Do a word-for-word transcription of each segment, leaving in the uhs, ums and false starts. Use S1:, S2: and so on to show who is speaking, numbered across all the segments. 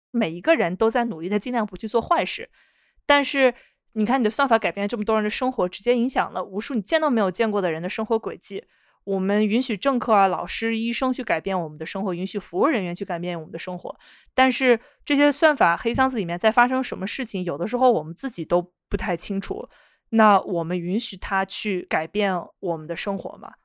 S1: 每一个人都在努力的尽量不去做坏事，但是你看你的算法改变了这么多人的生活，直接影响了无数你见都没有见过的人的生活轨迹。我们允许政客啊、老师、医生去改变我们的生活，允许服务人员去改变我们的生活，但是这些算法黑箱子里面在发生什么事情，有的时候我们自己都不太清楚，那我们允许它去改变我们的生活吗？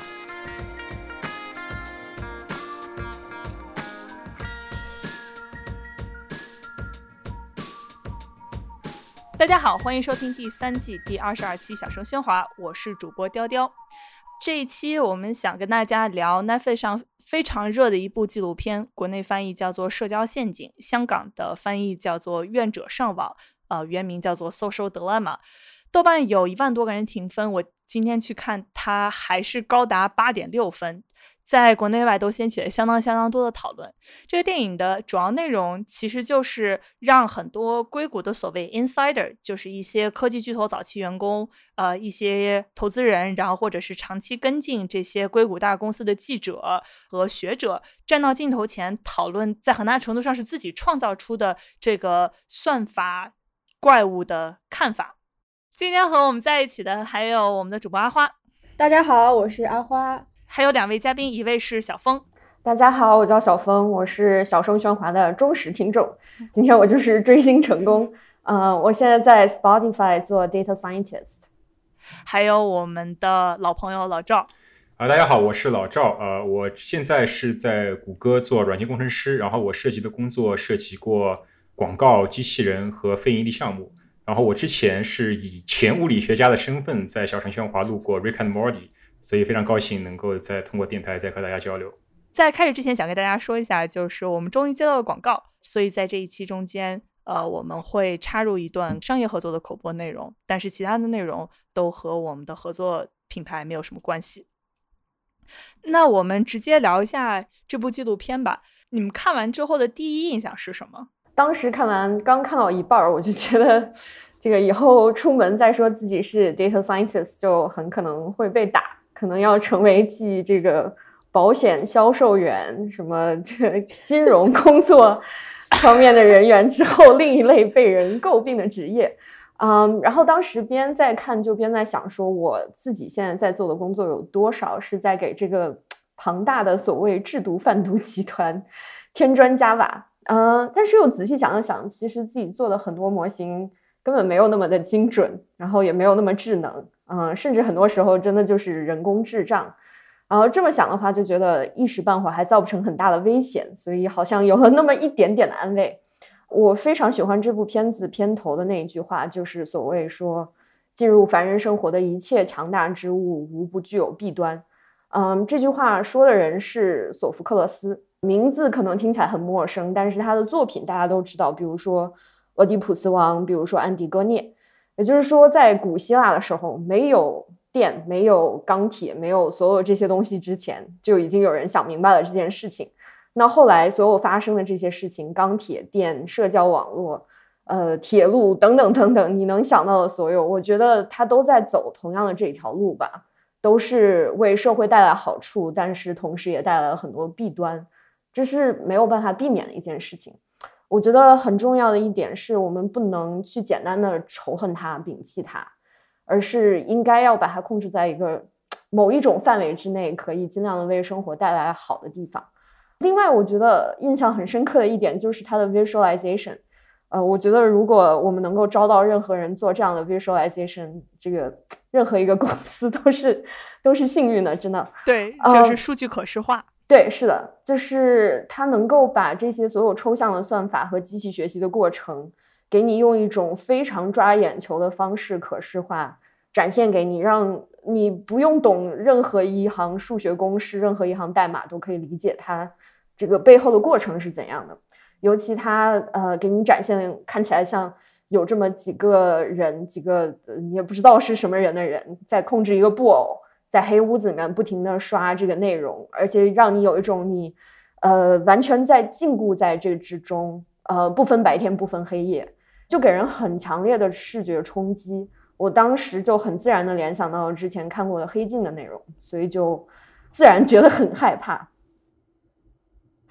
S1: 大家好，欢迎收听第三季第二十二期小声喧哗，我是主播雕雕。这一期我们想跟大家聊 Netflix 上非常热的一部纪录片，国内翻译叫做《社交陷阱》，香港的翻译叫做《愿者上网》，呃，原名叫做 Social Dilemma。豆瓣有一万多个人评分，我今天去看它还是高达 八点六分，在国内外都掀起了相当相当多的讨论。这个电影的主要内容其实就是让很多硅谷的所谓 insider， 就是一些科技巨头早期员工，呃，一些投资人，然后或者是长期跟进这些硅谷大公司的记者和学者，站到镜头前讨论，在很大程度上是自己创造出的这个算法怪物的看法。今天和我们在一起的还有我们的主播阿花。
S2: 大家好，我是阿花。
S1: 还有两位嘉宾，一位是小峰。
S3: 大家好，我叫小峰，我是小声喧哗的忠实听众。今天我就是追星成功，呃，我现在在 Spotify 做 data scientist。
S1: 还有我们的老朋友老赵。
S4: 啊，大家好，我是老赵。呃，我现在是在谷歌做软件工程师，然后我涉及的工作涉及过广告、机器人和非盈利项目。然后我之前是以前物理学家的身份在小声喧哗录过 Rick and Morty， 所以非常高兴能够再通过电台再和大家交流。
S1: 在开始之前想跟大家说一下，就是我们终于接到了广告，所以在这一期中间呃，我们会插入一段商业合作的口播内容，但是其他的内容都和我们的合作品牌没有什么关系。那我们直接聊一下这部纪录片吧。你们看完之后的第一印象是什么？
S3: 当时看完刚看到一半，我就觉得这个以后出门再说自己是 data scientist 就很可能会被打，可能要成为继这个保险销售员什么金融工作方面的人员之后另一类被人诟病的职业。嗯，然后当时边在看就边在想说我自己现在在做的工作有多少是在给这个庞大的所谓制毒贩毒集团添砖加瓦。嗯，但是又仔细想了想，其实自己做的很多模型根本没有那么的精准，然后也没有那么智能，嗯，甚至很多时候真的就是人工智障。然后这么想的话，就觉得一时半会儿还造不成很大的危险，所以好像有了那么一点点的安慰。我非常喜欢这部片子片头的那一句话，就是所谓说进入凡人生活的一切强大之物无不具有弊端。嗯，这句话说的人是索福克勒斯，名字可能听起来很陌生，但是他的作品大家都知道，比如说俄狄浦斯王，比如说安迪戈涅。也就是说在古希腊的时候，没有电，没有钢铁，没有所有这些东西之前，就已经有人想明白了这件事情。那后来所有发生的这些事情，钢铁、电、社交网络、呃，铁路等等等等，你能想到的所有，我觉得他都在走同样的这条路吧，都是为社会带来好处，但是同时也带来了很多弊端，这是没有办法避免的一件事情。我觉得很重要的一点是我们不能去简单的仇恨它、摒弃它，而是应该要把它控制在一个某一种范围之内，可以尽量的为生活带来好的地方。另外我觉得印象很深刻的一点就是它的 visualization。呃，我觉得如果我们能够招到任何人做这样的 visualization， 这个任何一个公司都是都是幸运的，真的。
S1: 对，就是数据可视化。呃、
S3: 对，是的，就是它能够把这些所有抽象的算法和机器学习的过程，给你用一种非常抓眼球的方式可视化展现给你，让你不用懂任何一行数学公式，任何一行代码都可以理解它这个背后的过程是怎样的。尤其他呃给你展现看起来像有这么几个人，几个你也不知道是什么人的人在控制一个布偶，在黑屋子里面不停的刷这个内容，而且让你有一种你呃完全在禁锢在这之中，呃不分白天不分黑夜，就给人很强烈的视觉冲击。我当时就很自然的联想到之前看过的黑镜的内容，所以就自然觉得很害怕。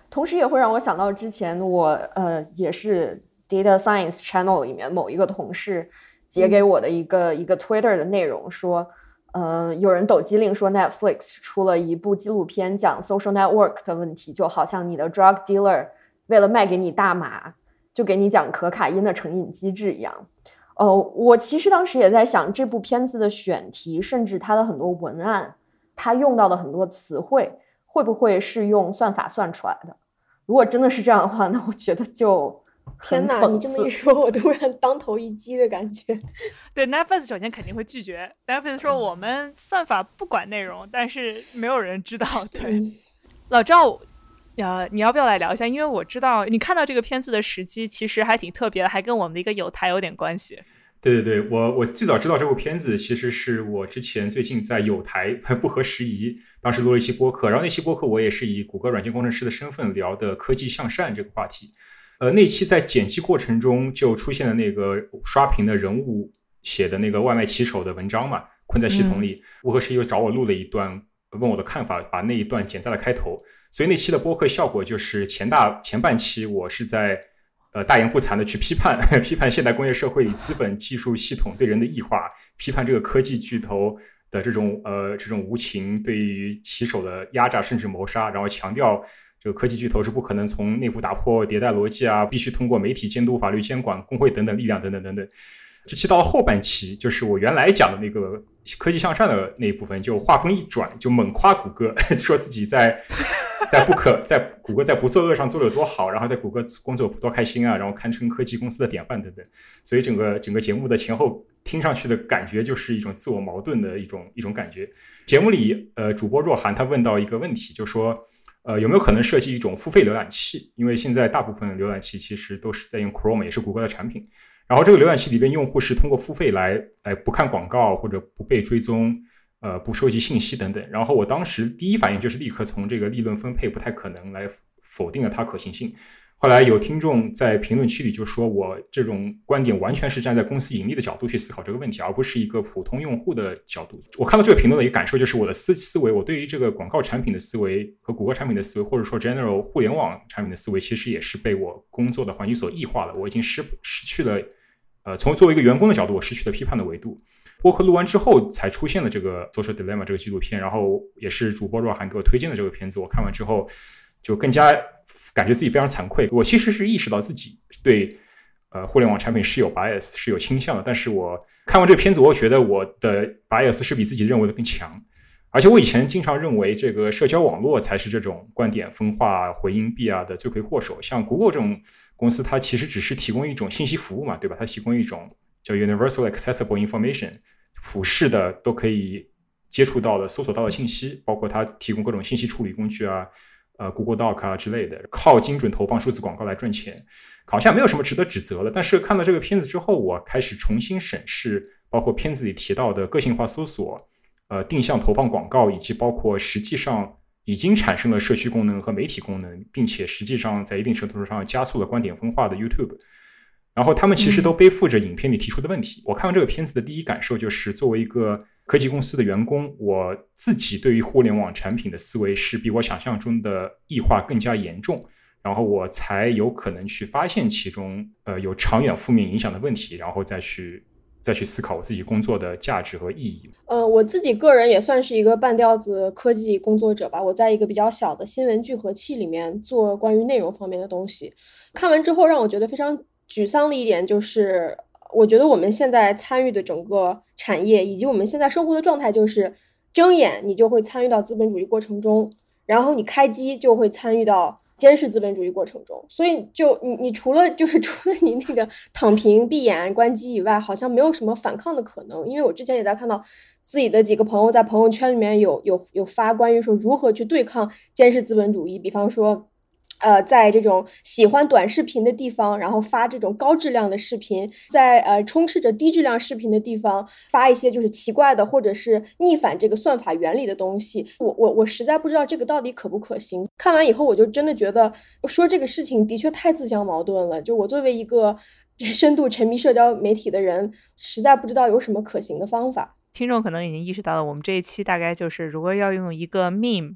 S3: 同时也会让我想到之前我呃也是 Data Science Channel 里面某一个同事截给我的一个、嗯、一个 Twitter 的内容，说呃有人抖机灵说 Netflix 出了一部纪录片讲 social network 的问题，就好像你的 drug dealer 为了卖给你大麻就给你讲可卡因的成瘾机制一样。呃我其实当时也在想，这部片子的选题甚至它的很多文案，它用到的很多词汇会不会是用算法算出来的？如果真的是这样的话，那我觉得就
S2: 天哪，你这么一说，我突然当头一击的感觉。
S1: 对 Netflix 首先肯定会拒绝 Netflix 说我们算法不管内容，但是没有人知道。对、嗯、老赵呃，你要不要来聊一下？因为我知道你看到这个片子的时机其实还挺特别的，还跟我们的一个友台有点关系。
S4: 对对对，我我最早知道这部片子，其实是我之前最近在友台不合时宜，当时录了一期播客，然后那期播客我也是以谷歌软件工程师的身份聊的科技向善这个话题。呃，那期在剪辑过程中就出现了那个刷屏的人物写的那个外卖骑手的文章嘛，困在系统里。不合时宜又找我录了一段，问我的看法，把那一段剪在了开头。所以那期的播客效果就是前大前半期我是在呃，大言不惭的去批判批判现代工业社会里资本技术系统对人的异化，批判这个科技巨头的这种呃这种无情对于骑手的压榨甚至谋杀，然后强调这个科技巨头是不可能从内部打破迭代逻辑啊，必须通过媒体监督、法律监管、工会等等力量等等等等。这期到了后半期，就是我原来讲的那个科技向善的那一部分，就话锋一转，就猛夸谷歌，说自己在在不可在谷歌在不作恶上做得有多好，然后在谷歌工作有多开心啊，然后堪称科技公司的典范等等。所以整个整个节目的前后听上去的感觉就是一种自我矛盾的一种一种感觉。节目里呃主播若涵他问到一个问题，就说呃有没有可能设计一种付费浏览器？因为现在大部分浏览器其实都是在用 Chrome， 也是谷歌的产品。然后这个浏览器里边用户是通过付费来来不看广告或者不被追踪，呃不收集信息等等。然后我当时第一反应就是立刻从这个利润分配不太可能来否定了它可行性。后来有听众在评论区里就说我这种观点完全是站在公司盈利的角度去思考这个问题，而不是一个普通用户的角度。我看到这个评论的一个感受就是我的思思维，我对于这个广告产品的思维和谷歌产品的思维，或者说 general 互联网产品的思维，其实也是被我工作的环境所异化了。我已经失失去了呃，从作为一个员工的角度，我失去了批判的维度。播客录完之后才出现了这个 Social Dilemma 这个纪录片，然后也是主播若涵给我推荐的这个片子，我看完之后就更加感觉自己非常惭愧。我其实是意识到自己对呃互联网产品是有 bias 是有倾向的，但是我看完这个片子，我觉得我的 bias 是比自己认为的更强。而且我以前经常认为这个社交网络才是这种观点分化、回音壁啊的罪魁祸首。像 Google 这种公司，它其实只是提供一种信息服务嘛，对吧？它提供一种叫 universal accessible information， 普世的都可以接触到的、搜索到的信息，包括它提供各种信息处理工具啊，呃 Google Doc 啊之类的，靠精准投放数字广告来赚钱，好像没有什么值得指责的。但是看到这个片子之后，我开始重新审视，包括片子里提到的个性化搜索。呃，定向投放广告，以及包括实际上已经产生了社区功能和媒体功能，并且实际上在一定程度上加速了观点分化的 YouTube， 然后他们其实都背负着影片里提出的问题。嗯、我看完这个片子的第一感受就是，作为一个科技公司的员工，我自己对于互联网产品的思维是比我想象中的异化更加严重，然后我才有可能去发现其中呃有长远负面影响的问题，然后再去。再去思考我自己工作的价值和意义。
S2: 呃，我自己个人也算是一个半吊子科技工作者吧。我在一个比较小的新闻聚合器里面做关于内容方面的东西。看完之后，让我觉得非常沮丧的一点就是，我觉得我们现在参与的整个产业以及我们现在生活的状态，就是睁眼你就会参与到资本主义过程中，然后你开机就会参与到监视资本主义过程中，所以就你你除了就是除了你那个躺平闭眼关机以外，好像没有什么反抗的可能。因为我之前也在看到自己的几个朋友在朋友圈里面有有有发关于说如何去对抗监视资本主义，比方说呃，在这种喜欢短视频的地方，然后发这种高质量的视频，在呃充斥着低质量视频的地方发一些就是奇怪的或者是逆反这个算法原理的东西。我我我实在不知道这个到底可不可行。看完以后，我就真的觉得说这个事情的确太自相矛盾了。就我作为一个深度沉迷社交媒体的人，实在不知道有什么可行的方法。
S1: 听众可能已经意识到了，我们这一期大概就是如果要用一个 meme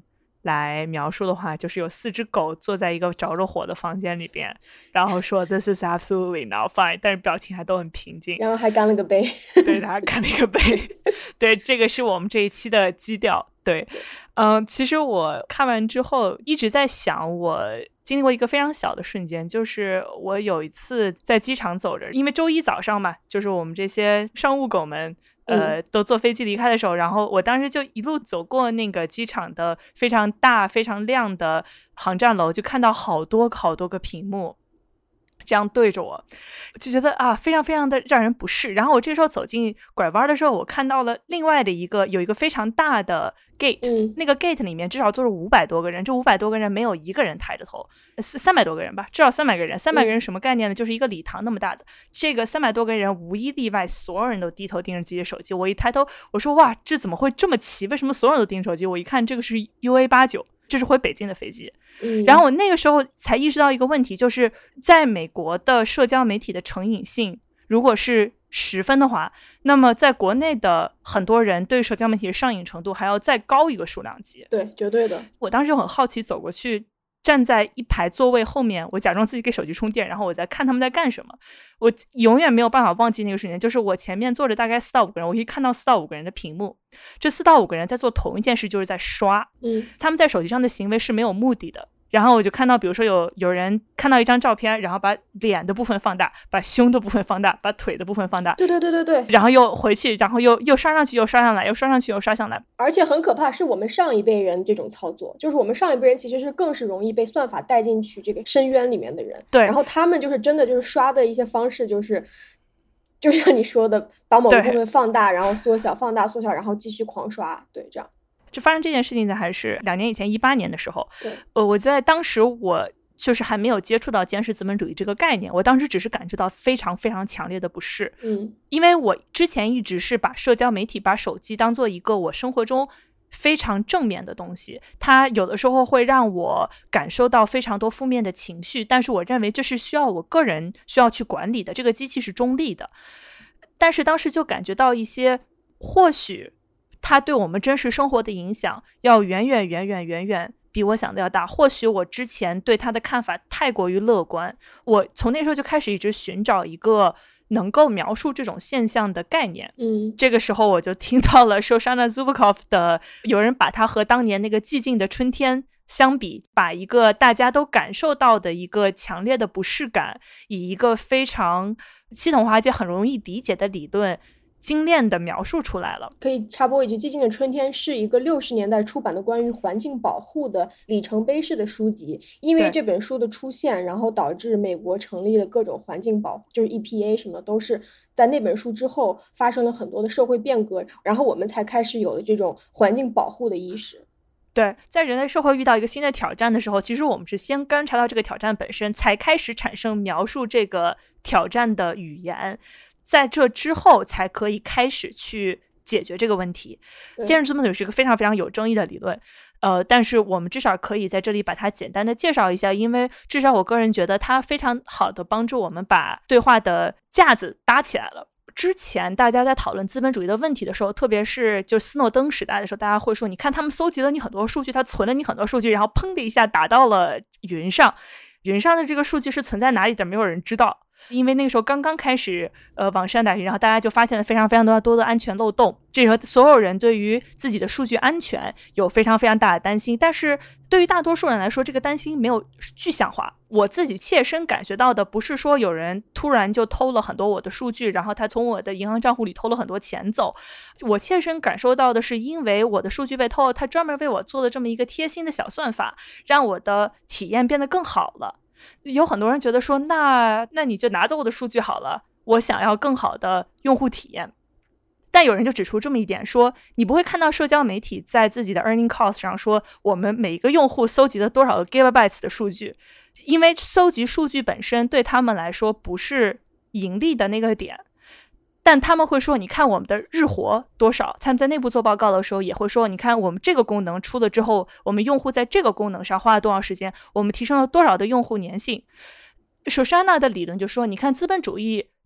S1: 来描述的话，就是有四只狗坐在一个着着火的房间里边，然后说 This is absolutely not fine， 但是表情还都很平静，
S2: 然后还干了个杯。
S1: 对，他还干了一个杯。对，这个是我们这一期的基调。对，嗯，其实我看完之后一直在想，我经历过一个非常小的瞬间，就是我有一次在机场走着，因为周一早上嘛，就是我们这些商务狗们呃，都坐飞机离开的时候，然后我当时就一路走过那个机场的非常大非常亮的航站楼，就看到好多好多个屏幕这样对着我，就觉得啊，非常非常的让人不适。然后我这时候走进拐弯的时候，我看到了另外的一个有一个非常大的 gate，、嗯、那个 gate 里面至少坐着五百多个人，这五百多个人没有一个人抬着头，三百多个人吧，至少三百个人。三百个人什么概念呢？嗯、就是一个礼堂那么大的，这个三百多个人无一例外，所有人都低头盯着自己的手机。我一抬头，我说哇，这怎么会这么齐？为什么所有人都盯着手机？我一看，这个是 U A 八九。这是回北京的飞机、嗯、然后我那个时候才意识到一个问题，就是在美国的社交媒体的成瘾性如果是十分的话，那么在国内的很多人对社交媒体的上瘾程度还要再高一个数量级。
S2: 对，绝对的。
S1: 我当时就很好奇，走过去站在一排座位后面，我假装自己给手机充电，然后我在看他们在干什么。我永远没有办法忘记那个瞬间，就是我前面坐着大概四到五个人，我可以看到四到五个人的屏幕，这四到五个人在做同一件事，就是在刷。
S2: 嗯，
S1: 他们在手机上的行为是没有目的的。然后我就看到，比如说有有人看到一张照片，然后把脸的部分放大，把胸的部分放大，把腿的部分放大，
S2: 对对对对对，
S1: 然后又回去，然后又又刷上去，又刷上来，又刷上去，又刷上来。
S2: 而且很可怕，是我们上一辈人这种操作，就是我们上一辈人其实是更是容易被算法带进去这个深渊里面的人。
S1: 对，
S2: 然后他们就是真的就是刷的一些方式，就是就像你说的，把某个部分放大，然后缩小，放大缩小，然后继续狂刷，对，这样。
S1: 就发生这件事情的还是两年以前，一八年的时候，
S2: 对，
S1: 呃，我在当时我就是还没有接触到监视资本主义这个概念，我当时只是感觉到非常非常强烈的不适，
S2: 嗯，
S1: 因为我之前一直是把社交媒体、把手机当做一个我生活中非常正面的东西，它有的时候会让我感受到非常多负面的情绪，但是我认为这是需要我个人需要去管理的，这个机器是中立的。但是当时就感觉到一些或许它对我们真实生活的影响要远远远远远远比我想的要大，或许我之前对它的看法太过于乐观，我从那时候就开始一直寻找一个能够描述这种现象的概念。
S2: 嗯，
S1: 这个时候我就听到了 Shoshana Zuboff 的，有人把它和当年那个寂静的春天相比，把一个大家都感受到的一个强烈的不适感，以一个非常系统化且很容易理解的理论精炼的描述出来了。
S2: 可以插播一句，寂静的春天是一个六十年代出版的关于环境保护的里程碑式的书籍，因为这本书的出现，然后导致美国成立了各种环境保护，就是 E P A 什么都是在那本书之后发生了很多的社会变革，然后我们才开始有了这种环境保护的意识。
S1: 对，在人类社会遇到一个新的挑战的时候，其实我们是先观察到这个挑战本身，才开始产生描述这个挑战的语言，在这之后才可以开始去解决这个问题。监视资本主义是一个非常非常有争议的理论，呃，但是我们至少可以在这里把它简单的介绍一下，因为至少我个人觉得它非常好的帮助我们把对话的架子搭起来了。之前大家在讨论资本主义的问题的时候，特别是就斯诺登时代的时候，大家会说，你看他们搜集了你很多数据，他存了你很多数据，然后砰的一下打到了云上，云上的这个数据是存在哪里的，没有人知道。因为那个时候刚刚开始呃网上打云，然后大家就发现了非常非常多多的安全漏洞，这时候所有人对于自己的数据安全有非常非常大的担心，但是对于大多数人来说，这个担心没有具象化。我自己切身感觉到的不是说有人突然就偷了很多我的数据，然后他从我的银行账户里偷了很多钱走，我切身感受到的是因为我的数据被偷了，他专门为我做了这么一个贴心的小算法，让我的体验变得更好了。有很多人觉得说，那那你就拿走我的数据好了，我想要更好的用户体验。但有人就指出这么一点，说你不会看到社交媒体在自己的 earning cost 上说我们每一个用户搜集了多少个 gigabytes 的数据，因为搜集数据本身对他们来说不是盈利的那个点，但他们会说你看我们的日活多少，他们在内部做报告的时候也会说，你看我们这个功能出了之后，我们用户在这个功能上花了多少时间，我们提升了多少的用户粘性。Shoshana的理论就说，你看资本主义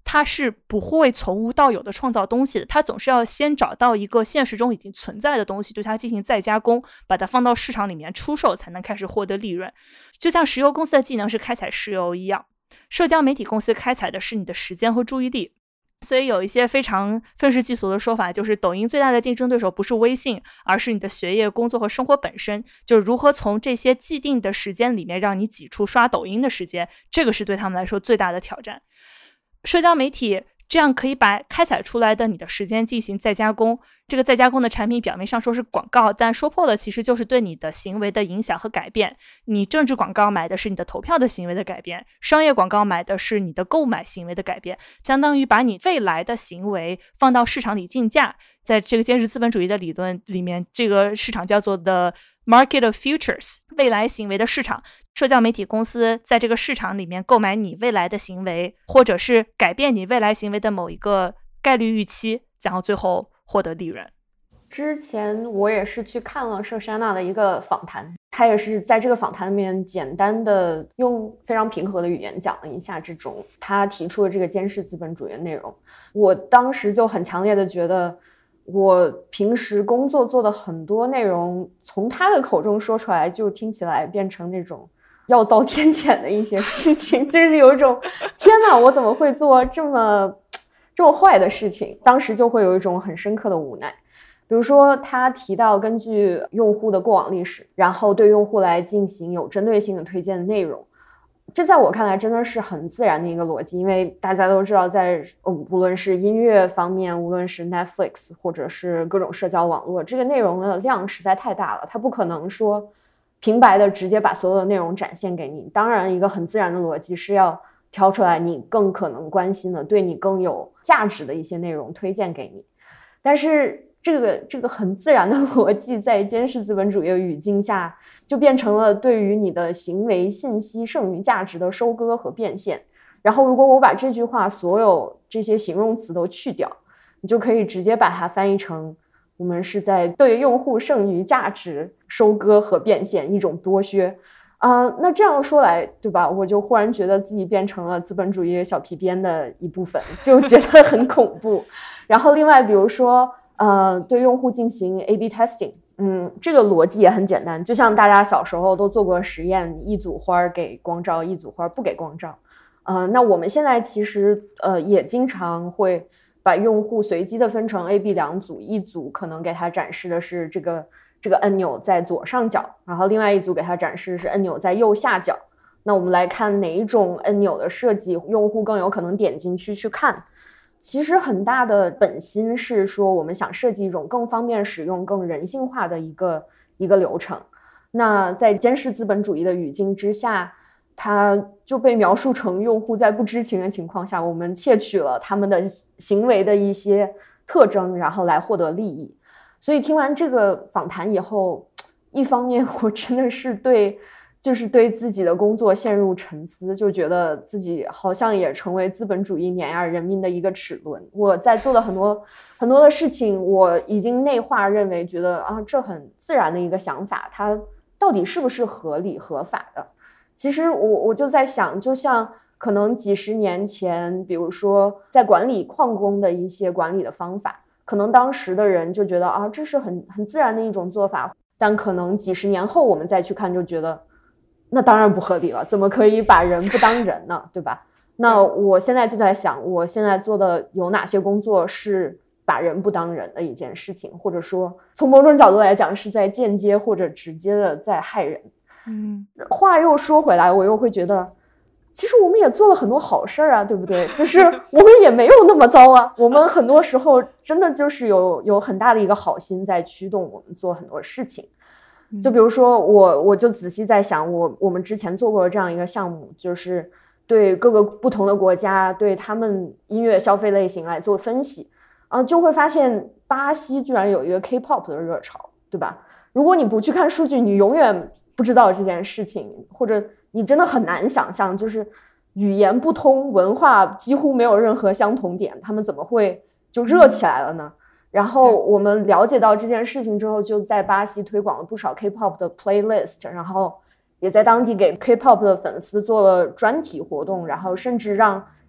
S1: 它是不会从无到有的创造东西的，它总是要先找到一个现实中已经存在的东西，对它进行再加工，把它放到市场里面出售，才能开始获得利润。就像石油公司的技能是开采石油一样，社交媒体公司开采的是你的时间和注意力。所以有一些非常愤世嫉俗的说法，就是抖音最大的竞争对手不是微信，而是你的学业、工作和生活本身。就是如何从这些既定的时间里面让你挤出刷抖音的时间，这个是对他们来说最大的挑战。社交媒体这样可以把开采出来的你的时间进行再加工，这个再加工的产品表面上说是广告，但说破了其实就是对你的行为的影响和改变。你政治广告买的是你的投票的行为的改变，商业广告买的是你的购买行为的改变，相当于把你未来的行为放到市场里竞价。在这个监视资本主义的理论里面，这个市场叫做 The Market of Futures， 未来行为的市场。社交媒体公司在这个市场里面购买你未来的行为，或者是改变你未来行为的某一个概率预期，然后最后获得利润。
S3: 之前我也是去看了舍珊娜的一个访谈，他也是在这个访谈里面简单的用非常平和的语言讲了一下这种他提出的这个监视资本主义的内容。我当时就很强烈的觉得，我平时工作做的很多内容从他的口中说出来就听起来变成那种要遭天谴的一些事情，就是有一种天哪，我怎么会做这么这么坏的事情，当时就会有一种很深刻的无奈。比如说他提到根据用户的过往历史，然后对用户来进行有针对性的推荐的内容，这在我看来真的是很自然的一个逻辑。因为大家都知道在无论是音乐方面，无论是 Netflix 或者是各种社交网络，这个内容的量实在太大了，它不可能说平白的直接把所有的内容展现给你。当然一个很自然的逻辑是要挑出来你更可能关心的，对你更有价值的一些内容推荐给你。但是这个这个很自然的逻辑在监视资本主义的语境下就变成了对于你的行为信息剩余价值的收割和变现。然后如果我把这句话所有这些形容词都去掉，你就可以直接把它翻译成我们是在对用户剩余价值收割和变现，一种剥削啊、呃，那这样说来，对吧？我就忽然觉得自己变成了资本主义小皮鞭的一部分，就觉得很恐怖。然后另外比如说呃，对用户进行 A B testing， 嗯，这个逻辑也很简单，就像大家小时候都做过实验，一组花给光照，一组花不给光照。呃，那我们现在其实呃也经常会把用户随机的分成 A B 两组，一组可能给他展示的是这个这个按钮在左上角，然后另外一组给他展示的是按钮在右下角。那我们来看哪一种按钮的设计用户更有可能点进去去看。其实很大的本心是说我们想设计一种更方便使用更人性化的一个一个流程。那在监视资本主义的语境之下，它就被描述成用户在不知情的情况下，我们窃取了他们的行为的一些特征，然后来获得利益。所以听完这个访谈以后，一方面我真的是对就是对自己的工作陷入沉思，就觉得自己好像也成为资本主义碾压人民的一个齿轮。我在做的很多很多的事情，我已经内化认为觉得啊，这很自然的一个想法，它到底是不是合理合法的？其实我我就在想，就像可能几十年前，比如说在管理矿工的一些管理的方法，可能当时的人就觉得啊，这是很很自然的一种做法，但可能几十年后我们再去看，就觉得那当然不合理了，怎么可以把人不当人呢？对吧？那我现在就在想，我现在做的有哪些工作是把人不当人的一件事情，或者说从某种角度来讲是在间接或者直接的在害人。
S1: 嗯，
S3: 话又说回来，我又会觉得其实我们也做了很多好事啊，对不对？就是我们也没有那么糟啊，我们很多时候真的就是有有很大的一个好心在驱动我们做很多事情。就比如说我我就仔细在想，我我们之前做过这样一个项目，就是对各个不同的国家对他们音乐消费类型来做分析啊，就会发现巴西居然有一个 K-pop 的热潮，对吧？如果你不去看数据，你永远不知道这件事情，或者你真的很难想象，就是语言不通，文化几乎没有任何相同点，他们怎么会就热起来了呢？然后我们了解到这件事情之后，就在巴西推广了不少 K-pop 的 playlist， 然后也在当地给 K-pop 的粉丝做了专题活动，然后甚至让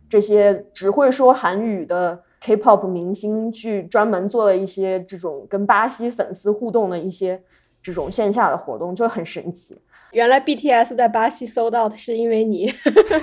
S3: 这些只会说韩语的 K-pop 明星去专门做了一些这种跟巴西粉丝互动的一些这种线下的活动，就很神奇。
S2: 原来 B T S 在巴西 sold out 是因为你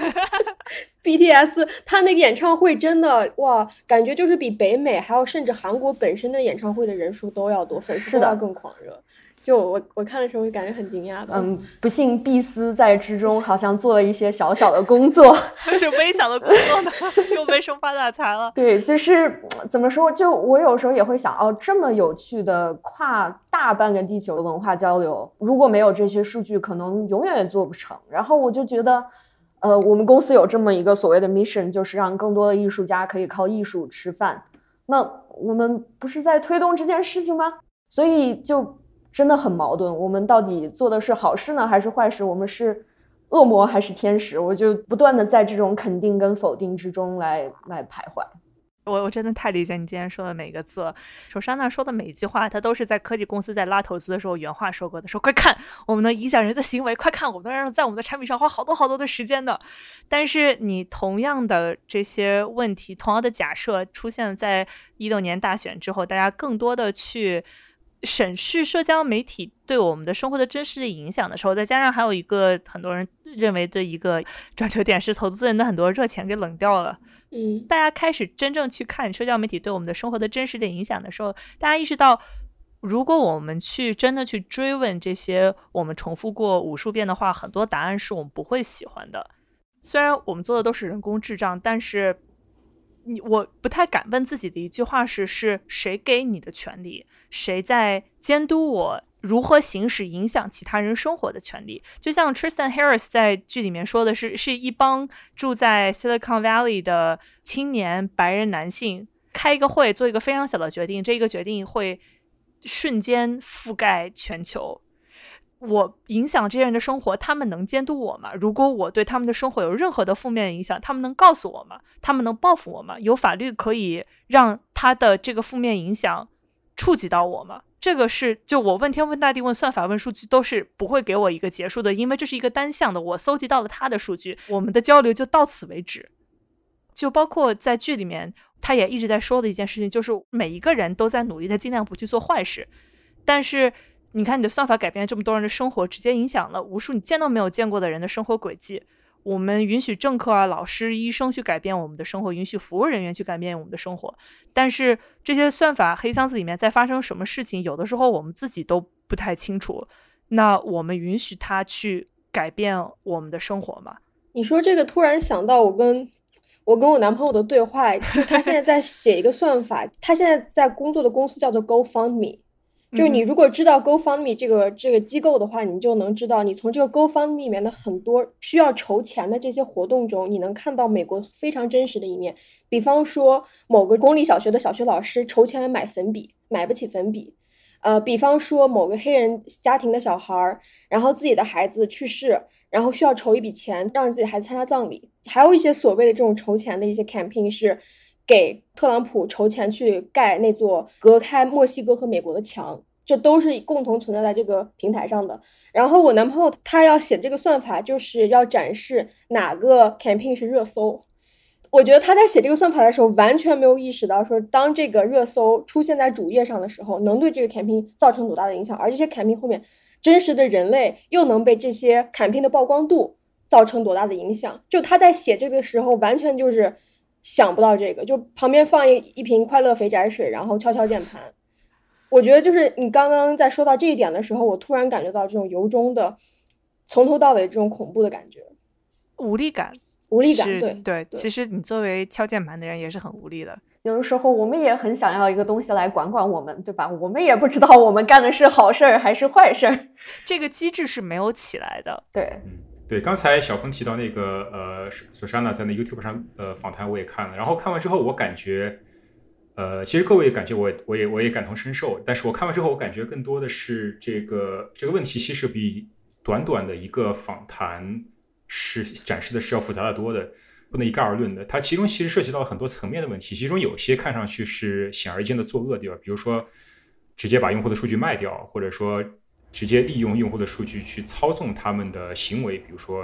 S2: B T S 他那个演唱会真的哇，感觉就是比北美还有甚至韩国本身的演唱会的人数都要多，粉丝都要更狂热。就我我看的时候感觉很惊讶的。
S3: 嗯，不幸碧斯在之中好像做了一些小小的工作，
S1: 是微小的工作呢，又被生发大财了。
S3: 对，就是怎么说，就我有时候也会想，哦，这么有趣的跨大半个地球的文化交流，如果没有这些数据，可能永远也做不成。然后我就觉得，呃，我们公司有这么一个所谓的 mission， 就是让更多的艺术家可以靠艺术吃饭。那我们不是在推动这件事情吗？所以就真的很矛盾，我们到底做的是好事呢，还是坏事？我们是恶魔还是天使？我就不断的在这种肯定跟否定之中来来徘徊。
S1: 我我真的太理解你今天说的每一个字了。手莎娜说的每一句话，她都是在科技公司在拉投资的时候原话说过的，说快看我们能影响人的行为，快看我们能让在我们的产品上花好多好多的时间的。但是你同样的这些问题，同样的假设出现在一六年大选之后，大家更多的去审视社交媒体对我们的生活的真实的影响的时候，再加上还有一个很多人认为的一个转折点是投资人的很多热钱给冷掉了。
S2: 嗯，
S1: 大家开始真正去看社交媒体对我们的生活的真实的影响的时候，大家意识到，如果我们去真的去追问这些我们重复过无数遍的话，很多答案是我们不会喜欢的。虽然我们做的都是人工智障，但是你我不太敢问自己的一句话是：是谁给你的权利？谁在监督我如何行使影响其他人生活的权利？就像 Tristan Harris 在剧里面说的是，是一帮住在 Silicon Valley 的青年白人男性开一个会，做一个非常小的决定，这个决定会瞬间覆盖全球。我影响这些人的生活，他们能监督我吗？如果我对他们的生活有任何的负面影响，他们能告诉我吗？他们能报复我吗？有法律可以让他的这个负面影响触及到我吗？这个是就我问天问大地问算法问数据都是不会给我一个结束的，因为这是一个单向的，我搜集到了他的数据，我们的交流就到此为止。就包括在剧里面他也一直在说的一件事情，就是每一个人都在努力的尽量不去做坏事，但是你看你的算法改变了这么多人的生活，直接影响了无数你见都没有见过的人的生活轨迹。我们允许政客啊、老师、医生去改变我们的生活，允许服务人员去改变我们的生活，但是这些算法黑箱子里面在发生什么事情，有的时候我们自己都不太清楚。那我们允许它去改变我们的生活吗？
S2: 你说这个突然想到我跟我跟我男朋友的对话，就他现在在写一个算法，他现在在工作的公司叫做 GoFundMe。就是你如果知道 GoFundMe 这个这个机构的话，你就能知道，你从这个 GoFundMe 里面的很多需要筹钱的这些活动中，你能看到美国非常真实的一面。比方说，某个公立小学的小学老师筹钱买粉笔，买不起粉笔。呃，比方说某个黑人家庭的小孩，然后自己的孩子去世，然后需要筹一笔钱让自己的孩子参加葬礼。还有一些所谓的这种筹钱的一些 campaign 是给特朗普筹钱去盖那座隔开墨西哥和美国的墙，这都是共同存在在这个平台上的。然后我男朋友他要写这个算法，就是要展示哪个 campaign 是热搜。我觉得他在写这个算法的时候完全没有意识到说，当这个热搜出现在主页上的时候能对这个 campaign 造成多大的影响，而这些 campaign 后面真实的人类又能被这些 campaign 的曝光度造成多大的影响。就他在写这个时候完全就是想不到这个，就旁边放一一瓶快乐肥宅水，然后敲敲键盘。我觉得就是你刚刚在说到这一点的时候，我突然感觉到这种由衷的从头到尾这种恐怖的感觉，
S1: 无力感
S2: 无力感。对
S1: 对, 对，其实你作为敲键盘的人也是很无力的。
S3: 有的时候我们也很想要一个东西来管管我们，对吧？我们也不知道我们干的是好事儿还是坏事儿，
S1: 这个机制是没有起来的。
S3: 对，
S4: 嗯，对，刚才小峰提到那个呃，Susanna在那 YouTube 上呃访谈我也看了，然后看完之后我感觉，呃，其实各位感觉我我也我也感同身受，但是我看完之后我感觉更多的是这个这个问题其实比短短的一个访谈是展示的是要复杂的多的，不能一概而论的。它其中其实涉及到很多层面的问题，其中有些看上去是显而易见的作恶，对吧？比如说直接把用户的数据卖掉，或者说直接利用用户的数据去操纵他们的行为，比如说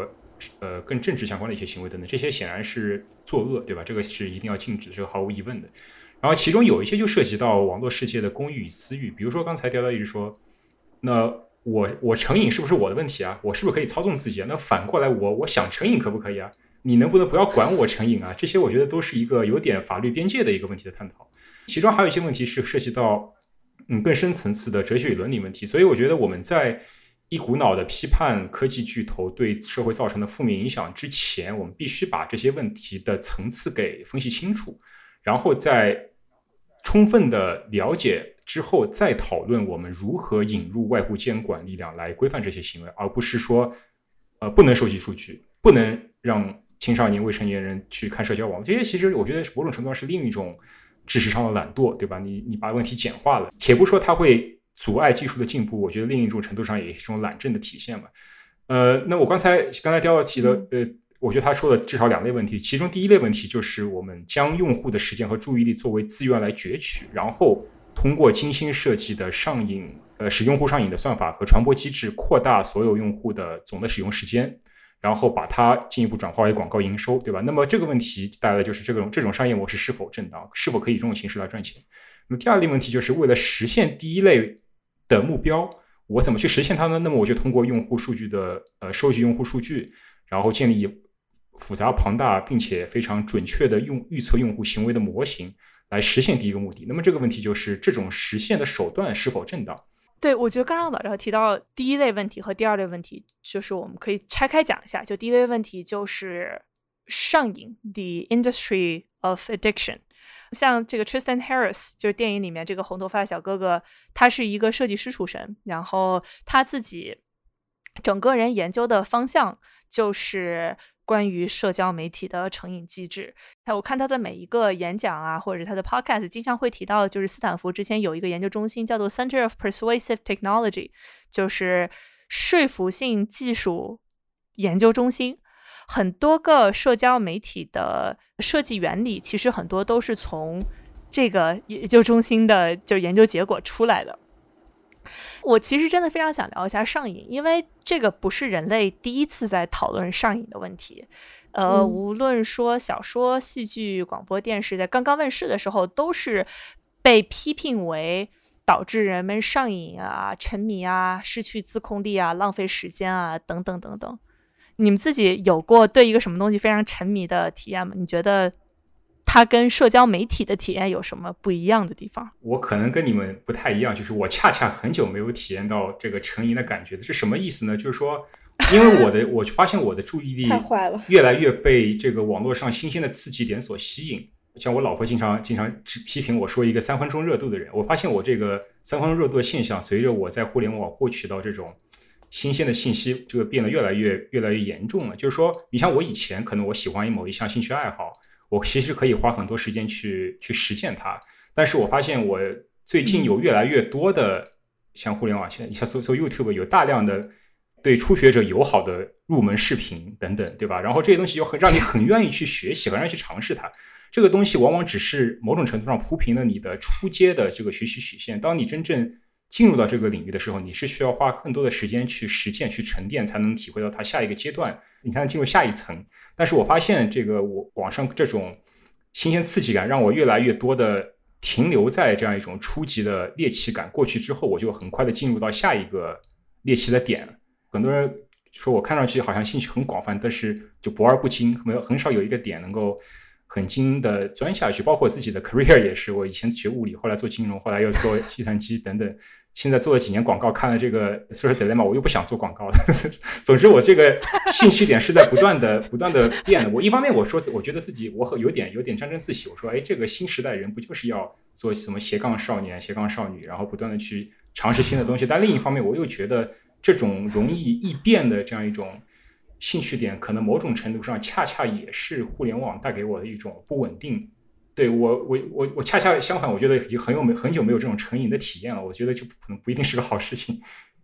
S4: 呃跟政治相关的一些行为等等，这些显然是作恶，对吧？这个是一定要禁止的，这个毫无疑问的。然后其中有一些就涉及到网络世界的公欲与私欲，比如说刚才雕雕一直说，那我我成瘾是不是我的问题啊？我是不是可以操纵自己啊？那反过来我我想成瘾可不可以啊？你能不能不要管我成瘾啊？这些我觉得都是一个有点法律边界的一个问题的探讨。其中还有一些问题是涉及到嗯更深层次的哲学与伦理问题，所以我觉得我们在一股脑的批判科技巨头对社会造成的负面影响之前，我们必须把这些问题的层次给分析清楚，然后在充分的了解之后再讨论我们如何引入外部监管力量来规范这些行为，而不是说呃不能收集数据，不能让青少年未成年人去看社交网络，这些其实我觉得某种程度上是另一种知识上的懒惰，对吧？你你把问题简化了，且不说它会阻碍技术的进步，我觉得另一种程度上也是一种懒政的体现嘛。呃，那我刚才刚才雕雕提的，呃，我觉得他说的至少两类问题，其中第一类问题就是我们将用户的时间和注意力作为资源来攫取，然后通过精心设计的上瘾，呃，使用户上瘾的算法和传播机制，扩大所有用户的总的使用时间。然后把它进一步转化为广告营收，对吧？那么这个问题带来的就是这种这种商业模式是否正当，是否可以以这种形式来赚钱。那么第二类问题就是为了实现第一类的目标，我怎么去实现它呢？那么我就通过用户数据的呃收集用户数据，然后建立复杂庞大并且非常准确的用预测用户行为的模型来实现第一个目的。那么这个问题就是这种实现的手段是否正当？
S1: 对，我觉得刚刚老赵提到第一类问题和第二类问题，就是我们可以拆开讲一下。就第一类问题就是上瘾 ，the industry of addiction。像这个 Tristan Harris， 就是电影里面这个红头发小哥哥，他是一个设计师出身，然后他自己整个人研究的方向就是关于社交媒体的成瘾机制。我看他的每一个演讲啊，或者是他的 podcast 经常会提到，就是斯坦福之前有一个研究中心叫做 Center of Persuasive Technology， 就是说服性技术研究中心。很多个社交媒体的设计原理其实很多都是从这个研究中心的就是研究结果出来的。我其实真的非常想聊一下上瘾，因为这个不是人类第一次在讨论上瘾的问题。呃，嗯、无论说小说、戏剧、广播电视，在刚刚问世的时候，都是被批评为导致人们上瘾啊、沉迷啊、失去自控力啊、浪费时间啊等等等等。你们自己有过对一个什么东西非常沉迷的体验吗？你觉得它跟社交媒体的体验有什么不一样的地方？
S4: 我可能跟你们不太一样，就是我恰恰很久没有体验到这个成瘾的感觉。是什么意思呢？就是说，因为我的我发现我的注意力越来越被这个网络上新鲜的刺激点所吸引。像我老婆经常经常批评我说一个三分钟热度的人，我发现我这个三分钟热度的现象，随着我在互联网获取到这种新鲜的信息，这个变得越来越越来越严重了。就是说，你像我以前可能我喜欢某一项兴趣爱好，我其实可以花很多时间去去实践它，但是我发现我最近有越来越多的像互联网，现在像搜搜 YouTube 有大量的对初学者友好的入门视频等等，对吧？然后这些东西又很让你很愿意去学习，很愿意去尝试它。这个东西往往只是某种程度上铺平了你的初阶的这个学习曲线。当你真正进入到这个领域的时候，你是需要花更多的时间去实践、去沉淀，才能体会到它下一个阶段，你才能进入下一层。但是我发现这个我网上这种新鲜刺激感，让我越来越多的停留在这样一种初级的猎奇感过去之后，我就很快的进入到下一个猎奇的点。很多人说我看上去好像兴趣很广泛，但是就博而不精，没有很少有一个点能够很精的钻下去。包括自己的 career 也是，我以前学物理，后来做金融，后来又做计算机等等。现在做了几年广告，看了这个 social dilemma， 我又不想做广告了。总之，我这个兴趣点是在不断的、不断的变的。我一方面我说，我觉得自己我有点有点沾沾自喜。我说，哎，这个新时代人不就是要做什么斜杠少年、斜杠少女，然后不断的去尝试新的东西？但另一方面，我又觉得这种容易易变的这样一种兴趣点，可能某种程度上恰恰也是互联网带给我的一种不稳定。对我，我我我恰恰相反，我觉得已经很有很久没有这种成瘾的体验了。我觉得这可能不一定是个好事情。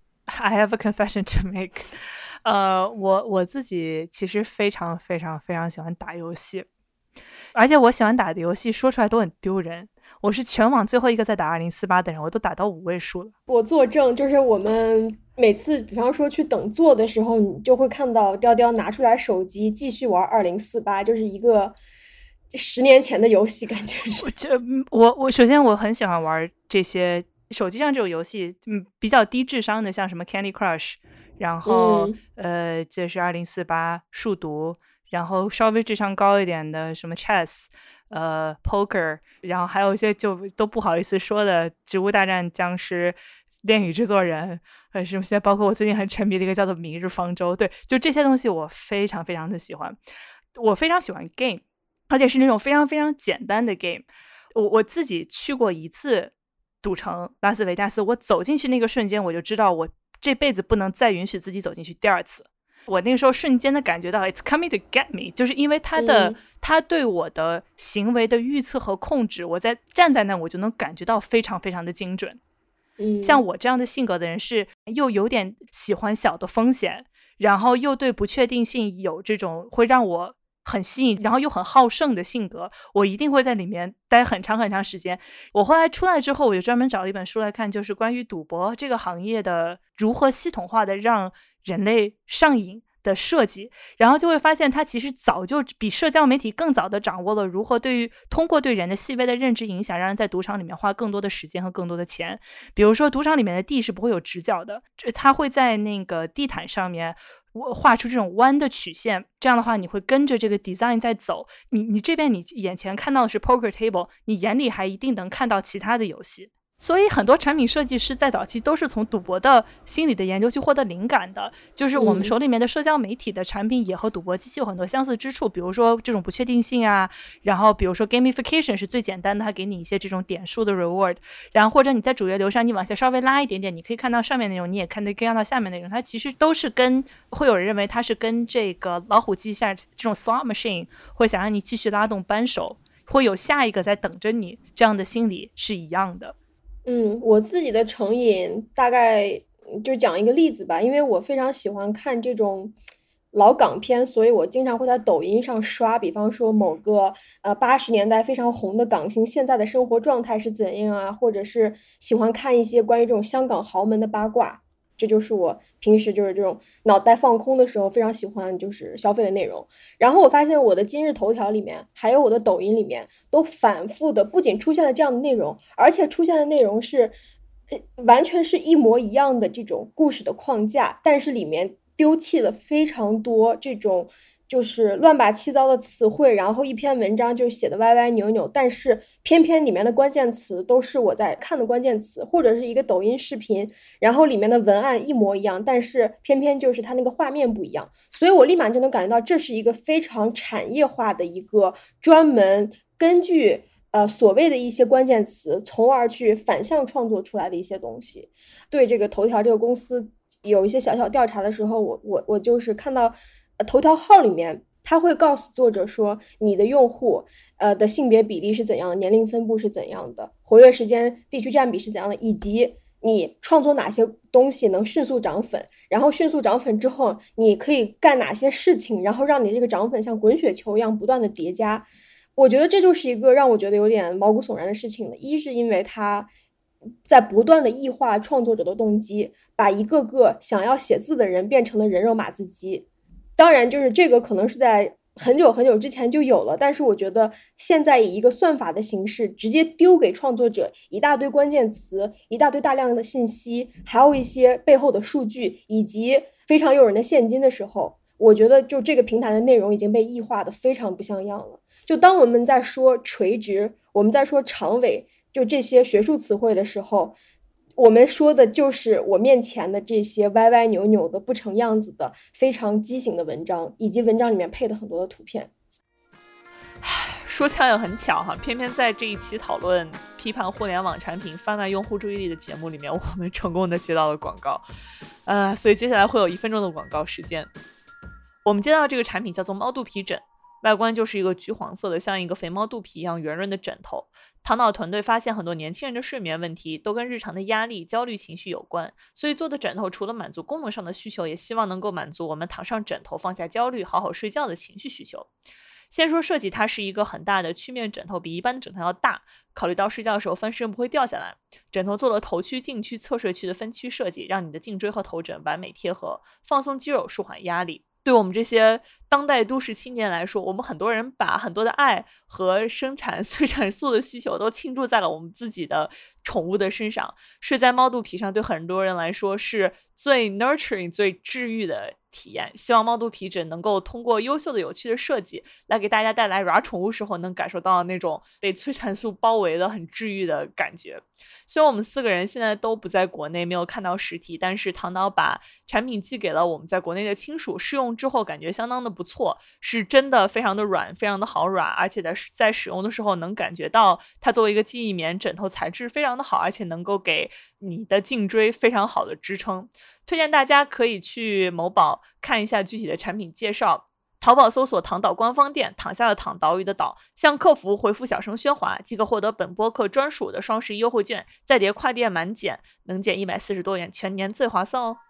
S1: I have a confession to make。呃，我我自己其实非常非常非常喜欢打游戏，而且我喜欢打的游戏说出来都很丢人。我是全网最后一个在打二零四八的人，我都打到五位数了。
S2: 我作证，就是我们每次比方说去等座的时候，你就会看到雕雕拿出来手机继续玩二零四八，就是一个十年前的游戏，感觉是。
S1: 我这我我首先我很喜欢玩这些手机上这种游戏，嗯，比较低智商的，像什么 Candy Crush， 然后、嗯、呃，这是二零四八数独，然后稍微智商高一点的什么 Chess， 呃 Poker， 然后还有一些就都不好意思说的植物大战僵尸、恋与制作人，呃，什么现在包括我最近很沉迷的一个叫做明日方舟，对，就这些东西我非常非常的喜欢，我非常喜欢 game， 而且是那种非常非常简单的 game。我我自己去过一次赌城拉斯维加斯，我走进去那个瞬间，我就知道我这辈子不能再允许自己走进去第二次。我那个时候瞬间的感觉到 it's coming to get me， 就是因为他的、嗯、他对我的行为的预测和控制，我在站在那我就能感觉到非常非常的精准。
S2: 嗯，
S1: 像我这样的性格的人是又有点喜欢小的风险，然后又对不确定性有这种会让我很吸引，然后又很好胜的性格，我一定会在里面待很长很长时间。我后来出来之后，我就专门找了一本书来看，就是关于赌博这个行业的如何系统化的让人类上瘾的设计，然后就会发现它其实早就比社交媒体更早的掌握了如何对于通过对人的细微的认知影响，让人在赌场里面花更多的时间和更多的钱。比如说赌场里面的地是不会有直角的，它会在那个地毯上面画出这种弯的曲线，这样的话你会跟着这个 design 在走，你你这边你眼前看到的是 poker table， 你眼里还一定能看到其他的游戏。所以很多产品设计师在早期都是从赌博的心理的研究去获得灵感的，就是我们手里面的社交媒体的产品也和赌博机器有很多相似之处，比如说这种不确定性啊，然后比如说 gamification 是最简单的，它给你一些这种点数的 reward， 然后或者你在主页流上你往下稍微拉一点点，你可以看到上面内容，你也看得看到下面内容，它其实都是跟会有人认为它是跟这个老虎机下这种 slot machine 会想让你继续拉动扳手，会有下一个在等着你这样的心理是一样的。
S2: 嗯，我自己的成瘾大概就讲一个例子吧，因为我非常喜欢看这种老港片，所以我经常会在抖音上刷，比方说某个呃八十年代非常红的港星现在的生活状态是怎样啊，或者是喜欢看一些关于这种香港豪门的八卦，这就是我平时就是这种脑袋放空的时候非常喜欢就是消费的内容。然后我发现我的今日头条里面还有我的抖音里面都反复的不仅出现了这样的内容，而且出现的内容是完全是一模一样的这种故事的框架，但是里面丢弃了非常多这种就是乱八七糟的词汇，然后一篇文章就写的歪歪扭扭，但是偏偏里面的关键词都是我在看的关键词，或者是一个抖音视频，然后里面的文案一模一样，但是偏偏就是它那个画面不一样，所以我立马就能感觉到这是一个非常产业化的一个专门根据呃所谓的一些关键词从而去反向创作出来的一些东西。对这个头条这个公司有一些小小调查的时候，我我我就是看到头条号里面他会告诉作者说你的用户呃的性别比例是怎样的，年龄分布是怎样的，活跃时间地区占比是怎样的，以及你创作哪些东西能迅速涨粉，然后迅速涨粉之后你可以干哪些事情，然后让你这个涨粉像滚雪球一样不断的叠加。我觉得这就是一个让我觉得有点毛骨悚然的事情了。一是因为它在不断的异化创作者的动机，把一个个想要写字的人变成了人肉码字机。当然就是这个可能是在很久很久之前就有了，但是我觉得现在以一个算法的形式直接丢给创作者一大堆关键词，一大堆大量的信息，还有一些背后的数据以及非常诱人的现金的时候，我觉得就这个平台的内容已经被异化的非常不像样了。就当我们在说垂直，我们在说长尾，就这些学术词汇的时候，我们说的就是我面前的这些歪歪扭扭的不成样子的非常畸形的文章，以及文章里面配的很多的图片。
S1: 说巧也很巧哈，偏偏在这一期讨论批判互联网产品贩卖用户注意力的节目里面，我们成功的接到了广告，呃，所以接下来会有一分钟的广告时间。我们接到这个产品叫做猫肚皮枕，外观就是一个橘黄色的像一个肥猫肚皮一样圆润的枕头。唐导团队发现很多年轻人的睡眠问题都跟日常的压力、焦虑情绪有关，所以做的枕头除了满足功能上的需求，也希望能够满足我们躺上枕头放下焦虑好好睡觉的情绪需求。 先说设计，它是一个很大的曲面枕头，比一般的枕头要大，考虑到睡觉的时候翻身不会掉下来，枕头做了头区、颈区、侧睡区的分区设计，让你的颈椎和头枕完美贴合，放松肌肉，舒缓压力。对我们这些当代都市青年来说，我们很多人把很多的爱和生产催产素的需求都倾注在了我们自己的宠物的身上。睡在猫肚皮上对很多人来说是最 nurturing 最治愈的体验，希望猫肚皮枕能够通过优秀的有趣的设计来给大家带来软宠物时候能感受到那种被催产素包围的很治愈的感觉。虽然我们四个人现在都不在国内，没有看到实体，但是唐导把产品寄给了我们在国内的亲属，试用之后感觉相当的不错，是真的非常的软，非常的好软，而且在在使用的时候能感觉到它作为一个记忆棉枕头材质非常的好，而且能够给你的颈椎非常好的支撑。推荐大家可以去某宝看一下具体的产品介绍，淘宝搜索唐导官方店，躺下的躺，岛屿的岛，向客服回复小声喧哗即可获得本播客专属的双十一优惠券，再叠跨店满减能减一百四十多元，全年最划算哦。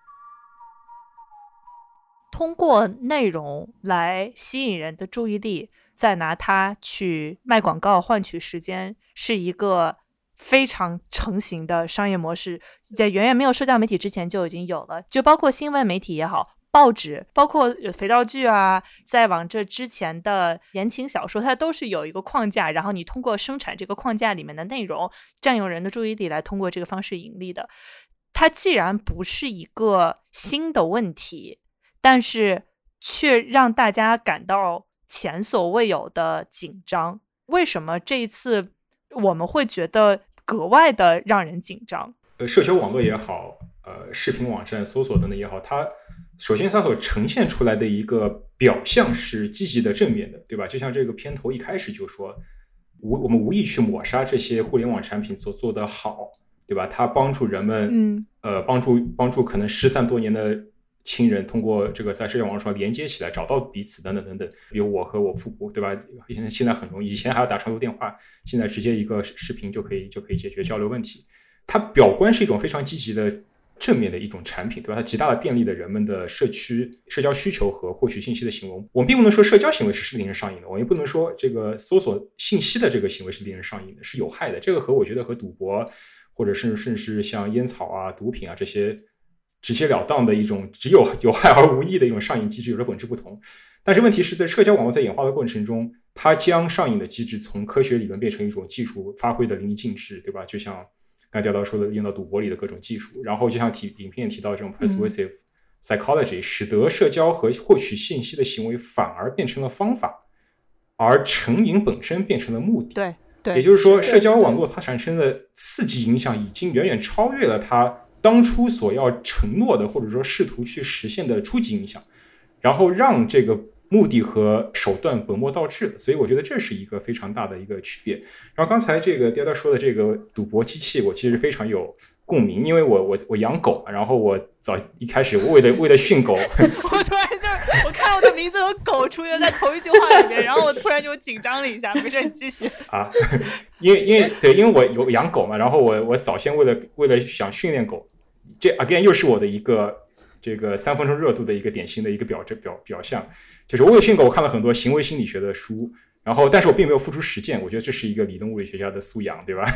S1: 通过内容来吸引人的注意力，再拿它去卖广告换取时间，是一个非常成型的商业模式，在远远没有社交媒体之前就已经有了，就包括新闻媒体也好，报纸，包括肥皂剧啊，在往这之前的言情小说，它都是有一个框架，然后你通过生产这个框架里面的内容，占用人的注意力来通过这个方式盈利的。它既然不是一个新的问题，但是却让大家感到前所未有的紧张。为什么这一次我们会觉得格外的让人紧张？
S4: 呃，社交网络也好，呃，视频网站搜索等等也好，它首先它所呈现出来的一个表象是积极的、正面的，对吧？就像这个片头一开始就说，无我们无意去抹杀这些互联网产品所做的好，对吧？它帮助人们，
S1: 嗯，
S4: 呃，帮助帮助可能失散多年的亲人通过这个在社交网络上连接起来，找到彼此等等等等。比如我和我父母，对吧？现在现在很容易，以前还要打长途电话，现在直接一个视频就可以就可以解决交流问题。它表观是一种非常积极的正面的一种产品，对吧？它极大的便利了人们的社区社交需求和获取信息的行为。我们并不能说社交行为是令人上瘾的，我们也不能说这个搜索信息的这个行为是令人上瘾的，是有害的。这个和我觉得和赌博或者甚至是像烟草啊、毒品啊这些直截了当的一种只有有害而无益的一种上瘾机制有着本质不同。但是问题是在社交网络在演化的过程中，它将上瘾的机制从科学理论变成一种技术发挥的淋漓尽致，对吧？就像刚才调调说的用到赌博里的各种技术，然后就像提影片提到这种 persuasive psychology、嗯、使得社交和获取信息的行为反而变成了方法，而成瘾本身变成了目的。
S1: 对对，
S4: 也就是说社交网络它产生的刺激影响已经远远超越了它当初所要承诺的或者说试图去实现的初级影响，然后让这个目的和手段本末倒置了。所以我觉得这是一个非常大的一个区别。然后刚才这个调调说的这个赌博机器，我其实非常有共鸣，因为我我我养狗，然后我早一开始为了为了训狗，
S1: 我突然就我看我的名字和狗出现在同一句话里面，然后我突然就紧张了一下。没事，你继续
S4: 啊，因为因为对，因为我有养狗嘛，然后我我早先为了为了想训练狗，这 again 又是我的一个这个三分钟热度的一个典型的一个表表表象，就是我为了训狗，我看了很多行为心理学的书。然后，但是我并没有付出实践，我觉得这是一个理论物理学家的素养，对吧？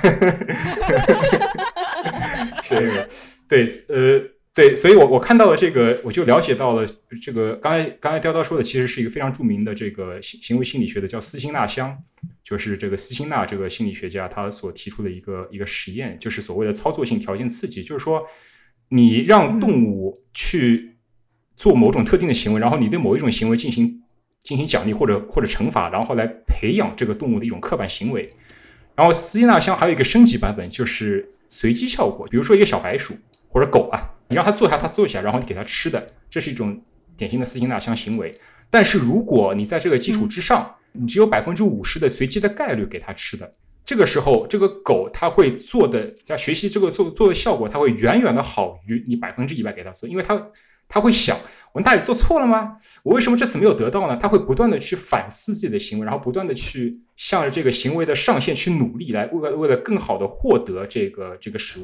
S4: 对对，呃，对，所以我我看到了这个，我就了解到了这个，刚才刚才雕雕说的，其实是一个非常著名的这个行为心理学的，叫斯金纳箱，就是这个斯金纳这个心理学家他所提出的一个一个实验，就是所谓的操作性条件刺激，就是说你让动物去做某种特定的行为，然后你对某一种行为进行。进行奖励或者或者惩罚，然后来培养这个动物的一种刻板行为。然后斯金纳箱还有一个升级版本，就是随机效果。比如说一个小白鼠或者狗啊，你让它坐下，它坐下，然后你给它吃的，这是一种典型的斯金纳箱行为。但是如果你在这个基础之上，你只有百分之五十的随机的概率给它吃的，这个时候这个狗它会做的，在学习这个做做的效果，它会远远的好于你百分之一百给它做，因为它。他会想，我哪里做错了吗？我为什么这次没有得到呢？他会不断的去反思自己的行为，然后不断的去向着这个行为的上限去努力，来为了为了更好的获得这个这个食物。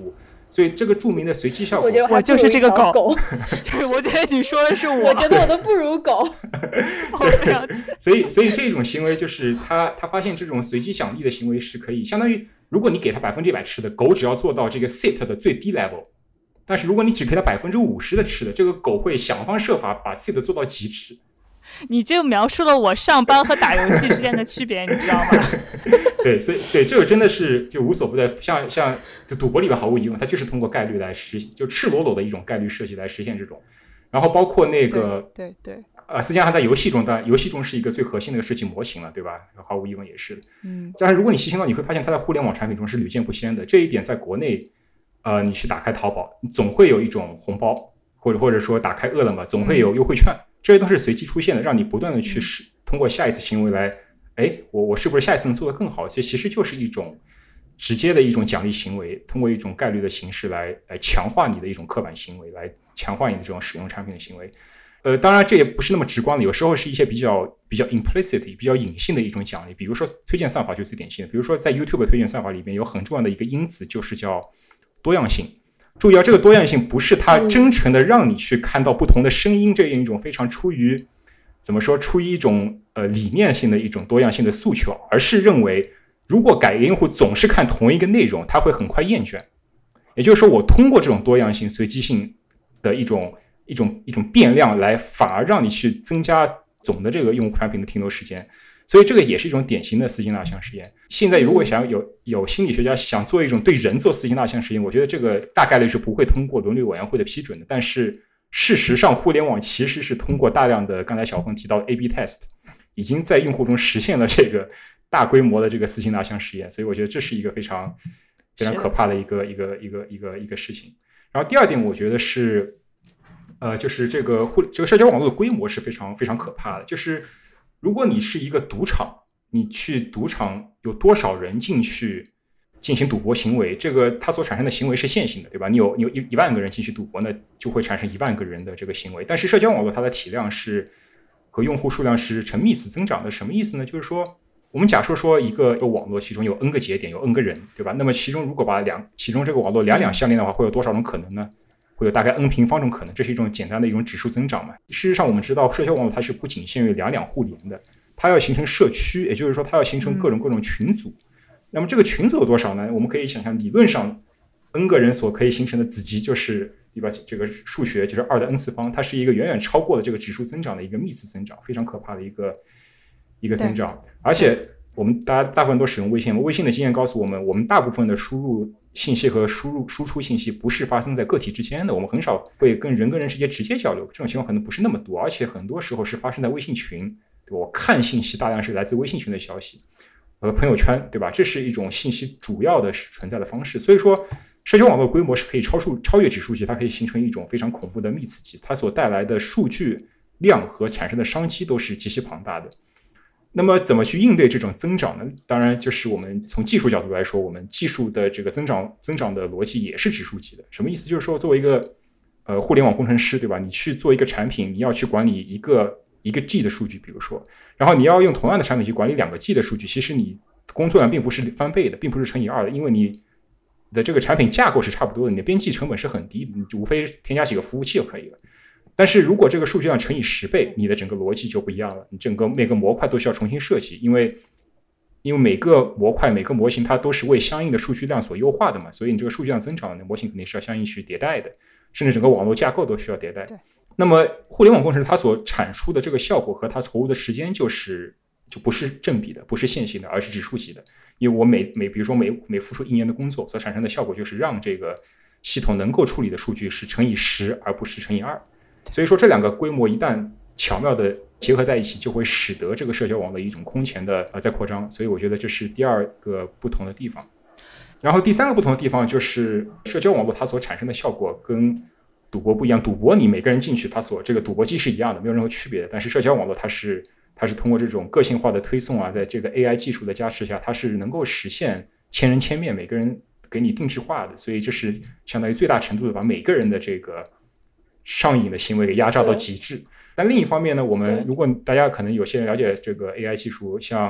S4: 所以这个著名的随机效果，
S2: 我觉得
S1: 我就是这个狗，
S2: 狗
S1: 就是我觉得你说的是我，
S2: 我觉得我都不如狗。
S4: 对，所以所以这种行为就是他他发现这种随机奖励的行为是可以，相当于如果你给他百分之一百吃的，狗只要做到这个 sit 的最低 level， 但是如果你只给他百分之五十的吃的，这个狗会想方设法把 sit 做到极致。
S1: 你这描述了我上班和打游戏之间的区别，你知道吗？
S4: 对，所以对这个真的是就无所不在，像像就赌博里面毫无疑问，它就是通过概率来实，就赤裸裸的一种概率设计来实现这种。然后包括那个
S1: 对对对，
S4: 呃，实际上它在游戏中，当然游戏中是一个最核心的一个设计模型了，对吧？毫无疑问也是。
S1: 嗯，
S4: 但是如果你细心到，你会发现它在互联网产品中是屡见不鲜的。这一点在国内，呃，你去打开淘宝，你总会有一种红包，或者或者说打开饿了么，总会有优惠券。嗯，这些都是随机出现的，让你不断的去试，通过下一次行为来，哎，我我是不是下一次能做得更好？这其实就是一种直接的一种奖励行为，通过一种概率的形式来来强化你的一种刻板行为，来强化你的这种使用产品的行为。呃，当然这也不是那么直观的，有时候是一些比较比较 implicit、比较隐性的一种奖励，比如说推荐算法就是最典型的，比如说在 YouTube 的推荐算法里面有很重要的一个因子就是叫多样性。注意啊，这个多样性不是它真诚的让你去看到不同的声音，这样一种非常出于怎么说，出于一种呃理念性的一种多样性的诉求，而是认为如果改革用户总是看同一个内容，他会很快厌倦。也就是说，我通过这种多样性、随机性的一种一种一种变量，来反而让你去增加总的这个用户产品的停留时间。所以这个也是一种典型的四金蜡像实验。现在如果想有有心理学家想做一种对人做四金蜡像实验，我觉得这个大概率是不会通过伦理委员会的批准的。但是事实上，互联网其实是通过大量的刚才小峰提到的 A B test， 已经在用户中实现了这个大规模的这个四金蜡像实验。所以我觉得这是一个非常非常可怕的一个一个一个一个一个事情。然后第二点，我觉得是呃，就是这个互这个社交网络的规模是非常非常可怕的，就是。如果你是一个赌场，你去赌场有多少人进去进行赌博行为，这个它所产生的行为是线性的，对吧？你有你有一一万个人进去赌博，那就会产生一万个人的这个行为。但是社交网络它的体量是和用户数量是呈幂次增长的，什么意思呢？就是说，我们假设说一个网络其中有 n 个节点，有 n 个人，对吧？那么其中如果把两其中这个网络两两相连的话，会有多少种可能呢？会有大概 n 平方种可能，这是一种简单的一种指数增长嘛。事实上，我们知道社交网络它是不仅限于两两互联的，它要形成社区，也就是说它要形成各种各种群组。嗯、那么这个群组有多少呢？我们可以想象，理论上 n 个人所可以形成的子集就是对吧？这个数学就是二的 n 次方，它是一个远远超过了这个指数增长的一个幂次增长，非常可怕的一个一个增长。而且我们大家大部分都使用微信，微信的经验告诉我们，我们大部分的输入信息和输入输出信息不是发生在个体之间的，我们很少会跟人跟人之间直接交流，这种情况可能不是那么多，而且很多时候是发生在微信群，对吧？我看信息大量是来自微信群的消息，呃，朋友圈，对吧？这是一种信息主要的存在的方式。所以说，社交网络规模是可以超数超越指数级，它可以形成一种非常恐怖的幂次级，它所带来的数据量和产生的商机都是极其庞大的。那么怎么去应对这种增长呢？当然就是我们从技术角度来说，我们技术的这个增长增长的逻辑也是指数级的。什么意思？就是说作为一个呃互联网工程师，对吧？你去做一个产品，你要去管理一个一个 G 的数据，比如说，然后你要用同样的产品去管理两个 G 的数据，其实你工作量并不是翻倍的，并不是乘以二的，因为你的这个产品架构是差不多的，你的边际成本是很低的，你无非添加几个服务器就可以了。但是如果这个数据量乘以十倍，你的整个逻辑就不一样了，你整个每个模块都需要重新设计，因为因为每个模块每个模型它都是为相应的数据量所优化的嘛，所以你这个数据量增长的模型肯定是要相应去迭代的，甚至整个网络架构都需要迭代。那么互联网工程它所产出的这个效果和它投入的时间就是就不是正比的，不是线性的，而是指数级的。因为我每每比如说每每付出一年的工作所产生的效果，就是让这个系统能够处理的数据是乘以十而不是乘以二。所以说这两个规模一旦巧妙的结合在一起，就会使得这个社交网的一种空前的呃在扩张。所以我觉得这是第二个不同的地方。然后第三个不同的地方就是社交网络它所产生的效果跟赌博不一样。赌博你每个人进去，它所这个赌博机是一样的，没有任何区别的。但是社交网络它是它是通过这种个性化的推送啊，在这个 A I 技术的加持下，它是能够实现千人千面，每个人给你定制化的。所以这是相当于最大程度的把每个人的这个上瘾的行为给压榨到极致。但另一方面呢，我们如果大家可能有些人了解这个 A I 技术，像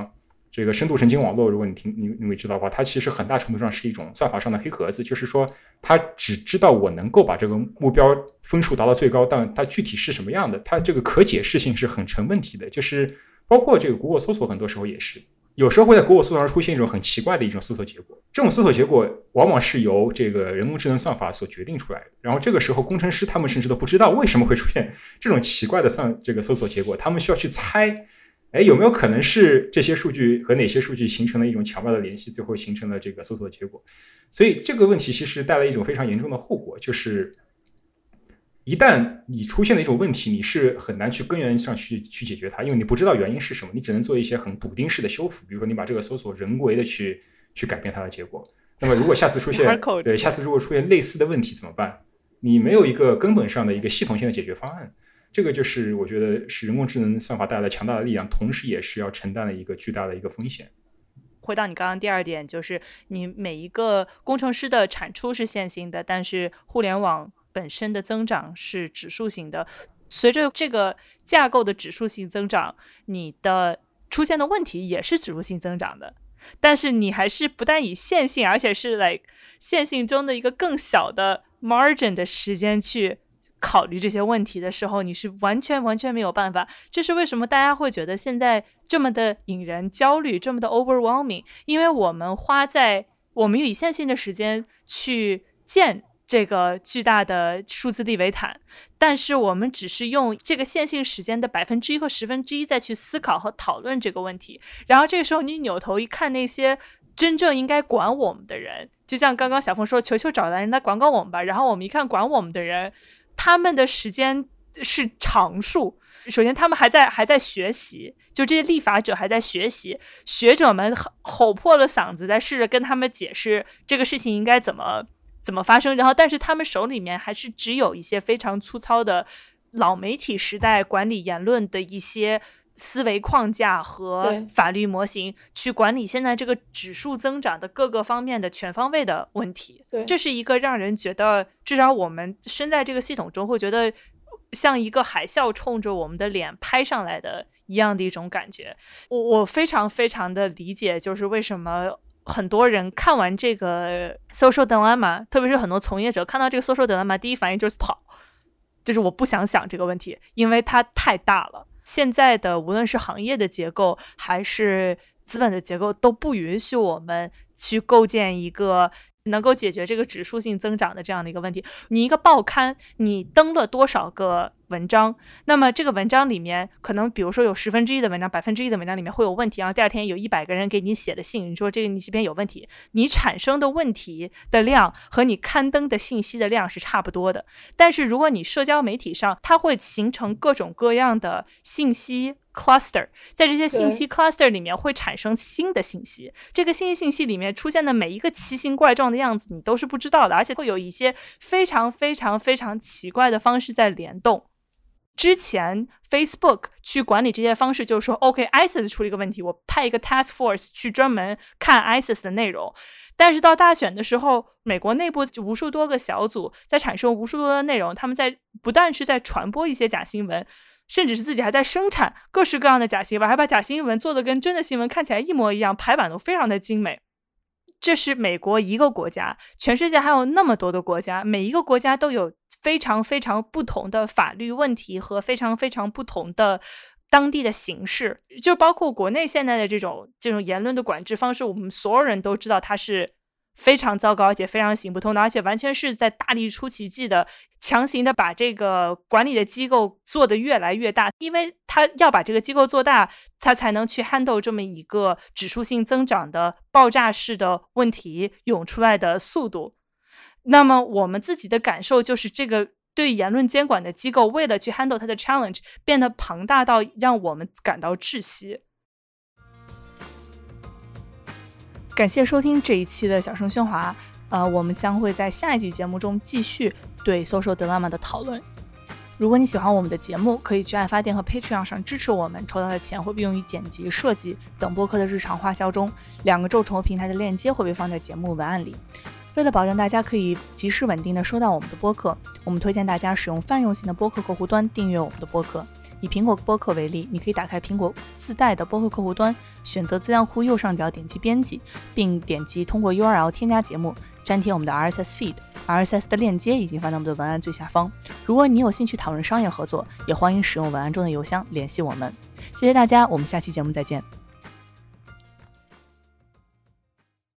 S4: 这个深度神经网络，如果你听你你会知道的话，它其实很大程度上是一种算法上的黑盒子，就是说它只知道我能够把这个目标分数达到最高，但它具体是什么样的，它这个可解释性是很成问题的。就是包括这个谷歌搜索，很多时候也是，有时候会在谷歌搜索上出现一种很奇怪的一种搜索结果，这种搜索结果往往是由这个人工智能算法所决定出来的。然后这个时候，工程师他们甚至都不知道为什么会出现这种奇怪的算这个搜索结果，他们需要去猜。哎，有没有可能是这些数据和哪些数据形成了一种巧妙的联系，最后形成了这个搜索结果？所以这个问题其实带来一种非常严重的后果，就是一旦你出现了一种问题，你是很难去根源上去去解决它，因为你不知道原因是什么，你只能做一些很补丁式的修复，比如说你把这个搜索人为的去去改变它的结果。那么如果下次出现对下次如果出现类似的问题怎么办？你没有一个根本上的一个系统性的解决方案。这个就是我觉得是人工智能算法带来强大的力量，同时也是要承担了一个巨大的一个风险。
S1: 回到你刚刚第二点，就是你每一个工程师的产出是线性的，但是互联网本身的增长是指数型的。随着这个架构的指数性增长，你的出现的问题也是指数性增长的。但是你还是不但以线性，而且是 like 线性中的一个更小的 margin 的时间去考虑这些问题的时候，你是完全完全没有办法。这是为什么大家会觉得现在这么的引人焦虑，这么的 overwhelming， 因为我们花在我们以线性的时间去建这个巨大的数字利维坦，但是我们只是用这个线性时间的百分之一和十分之一再去思考和讨论这个问题。然后这个时候你扭头一看，那些真正应该管我们的人，就像刚刚小凤说，求求找来人来管管我们吧。然后我们一看管我们的人，他们的时间是常数。首先他们还在还在学习，就这些立法者还在学习，学者们吼破了嗓子在试着跟他们解释这个事情应该怎么怎么发生，然后但是他们手里面还是只有一些非常粗糙的老媒体时代管理言论的一些思维框架和法律模型，去管理现在这个指数增长的各个方面的全方位的问题。
S2: 对，
S1: 这是一个让人觉得至少我们身在这个系统中会觉得像一个海啸冲着我们的脸拍上来的一样的一种感觉。我我非常非常的理解，就是为什么很多人看完这个 social dilemma， 特别是很多从业者看到这个 social dilemma 第一反应就是跑，就是我不想想这个问题，因为它太大了。现在的无论是行业的结构还是资本的结构都不允许我们去构建一个能够解决这个指数性增长的这样的一个问题。你一个报刊你登了多少个文章，那么这个文章里面可能比如说有十分之一的文章百分之一的文章里面会有问题，然后第二天有一百个人给你写的信，你说这个你这边有问题，你产生的问题的量和你刊登的信息的量是差不多的。但是如果你社交媒体上它会形成各种各样的信息cluster， 在这些信息 cluster 里面会产生新的信息，这个信息信息里面出现的每一个奇形怪状的样子你都是不知道的，而且会有一些非常非常非常奇怪的方式在联动。之前 Facebook 去管理这些方式就是说 OK I S I S 出了一个问题，我派一个 task force 去专门看 I S I S 的内容，但是到大选的时候美国内部无数多个小组在产生无数多的内容，他们在不但是在传播一些假新闻，甚至是自己还在生产各式各样的假新闻，还把假新闻做得跟真的新闻看起来一模一样，排版都非常的精美。这是美国一个国家，全世界还有那么多的国家，每一个国家都有非常非常不同的法律问题和非常非常不同的当地的形式，就包括国内现在的这种这种言论的管制方式，我们所有人都知道它是非常糟糕而且非常行不通的，而且完全是在大力出奇迹的强行的把这个管理的机构做得越来越大，因为他要把这个机构做大，他才能去 handle 这么一个指数性增长的爆炸式的问题涌出来的速度。那么我们自己的感受就是这个对言论监管的机构为了去 handle 它的 challenge 变得庞大到让我们感到窒息。感谢收听这一期的小声喧哗，呃，我们将会在下一集节目中继续对 social dilemma 的讨论。如果你喜欢我们的节目，可以去爱发电和 Patreon 上支持我们，筹到的钱会被用于剪辑、设计等播客的日常花销中，两个众筹平台的链接会被放在节目文案里。为了保证大家可以及时稳定的收到我们的播客，我们推荐大家使用泛用型的播客客户端订阅我们的播客。 以苹果播客为例，你可以打开苹果自带的播客客户端，选择资料库右上角点击编辑，并点击通过 U R L 添加节目，粘贴我们的 R S S feed。R S S 的链接已经放在我们的文案最下方。如果你有兴趣讨论商业合作，也欢迎使用文案中的邮箱联系我们。谢谢大家，我们下期节目再见。